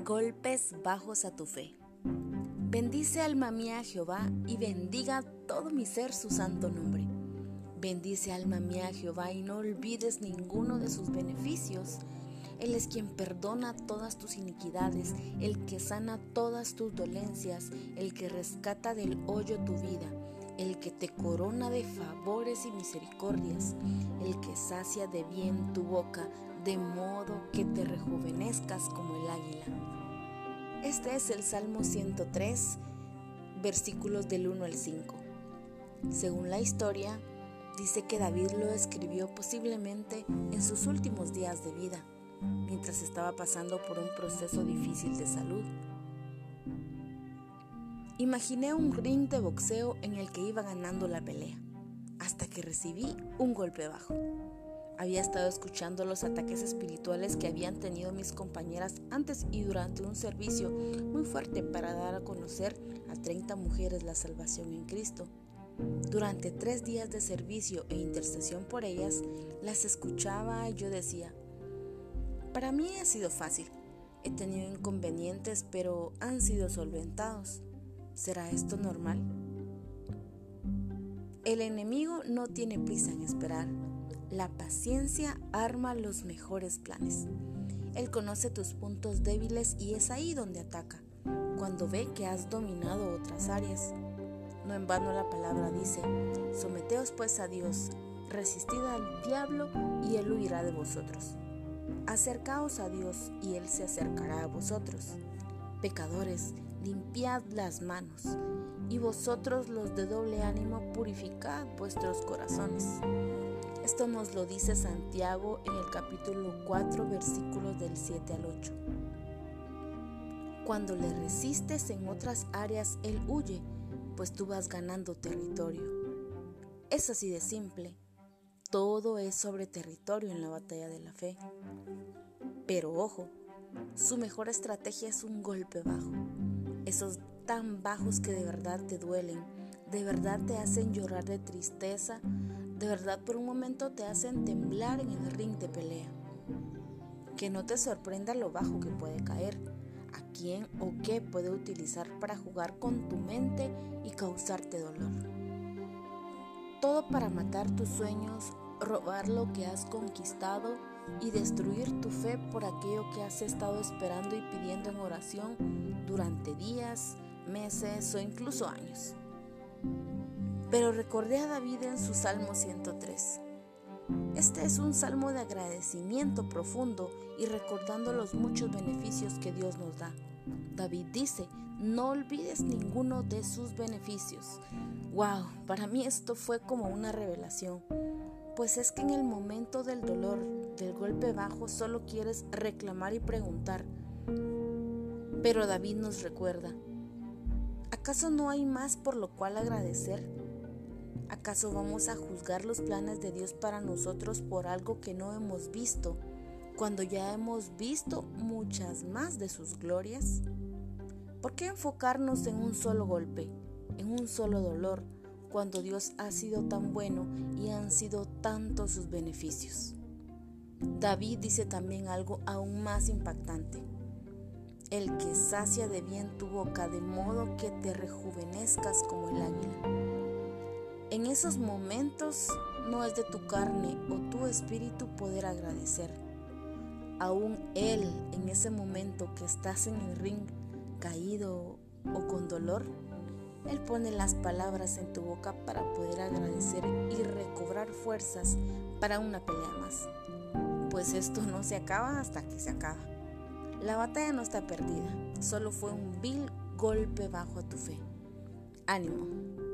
Golpes bajos a tu fe. Bendice alma mía a Jehová, y bendiga todo mi ser su santo nombre. Bendice alma mía a Jehová, y no olvides ninguno de sus beneficios. Él es quien perdona todas tus iniquidades, el que sana todas tus dolencias, el que rescata del hoyo tu vida, el que te corona de favores y misericordias, el que sacia de bien tu boca, de modo que te rejuvenezcas como el águila. Este es el Salmo 103, versículos del 1 al 5. Según la historia, dice que David lo escribió posiblemente en sus últimos días de vida, mientras estaba pasando por un proceso difícil de salud. Imaginé un ring de boxeo en el que iba ganando la pelea, hasta que recibí un golpe bajo. Había estado escuchando los ataques espirituales que habían tenido mis compañeras antes y durante un servicio muy fuerte para dar a conocer a 30 mujeres la salvación en Cristo. Durante 3 días de servicio e intercesión por ellas, las escuchaba y yo decía: para mí ha sido fácil, he tenido inconvenientes, pero han sido solventados. ¿Será esto normal? El enemigo no tiene prisa en esperar. La paciencia arma los mejores planes. Él conoce tus puntos débiles y es ahí donde ataca, cuando ve que has dominado otras áreas. No en vano la palabra dice: someteos pues a Dios, resistid al diablo y él huirá de vosotros. Acercaos a Dios y él se acercará a vosotros. Pecadores, limpiad las manos, y vosotros los de doble ánimo purificad vuestros corazones. Esto nos lo dice Santiago en el capítulo 4, versículos del 7 al 8. Cuando le resistes en otras áreas, él huye, pues tú vas ganando territorio. Es así de simple. Todo es sobre territorio en la batalla de la fe. Pero ojo, su mejor estrategia es un golpe bajo. Esos tan bajos que de verdad te duelen, de verdad te hacen llorar de tristeza, de verdad por un momento te hacen temblar en el ring de pelea. Que no te sorprenda lo bajo que puede caer, a quién o qué puede utilizar para jugar con tu mente y causarte dolor. Todo para matar tus sueños, robar lo que has conquistado y destruir tu fe por aquello que has estado esperando y pidiendo en oración durante días, meses o incluso años. Pero recordé a David en su Salmo 103. Este es un salmo de agradecimiento profundo y recordando los muchos beneficios que Dios nos da. David dice: no olvides ninguno de sus beneficios. ¡Wow! Para mí esto fue como una revelación. Pues es que en el momento del dolor, del golpe bajo, solo quieres reclamar y preguntar. Pero David nos recuerda: ¿acaso no hay más por lo cual agradecer? ¿Acaso vamos a juzgar los planes de Dios para nosotros por algo que no hemos visto, cuando ya hemos visto muchas más de sus glorias? ¿Por qué enfocarnos en un solo golpe, en un solo dolor, cuando Dios ha sido tan bueno y han sido tantos sus beneficios? David dice también algo aún más impactante: el que sacia de bien tu boca, de modo que te rejuvenezcas como el águila. En esos momentos no es de tu carne o tu espíritu poder agradecer. Aún Él, en ese momento que estás en el ring, caído o con dolor, Él pone las palabras en tu boca para poder agradecer y recobrar fuerzas para una pelea más. Pues esto no se acaba hasta que se acaba. La batalla no está perdida, solo fue un vil golpe bajo a tu fe. Ánimo.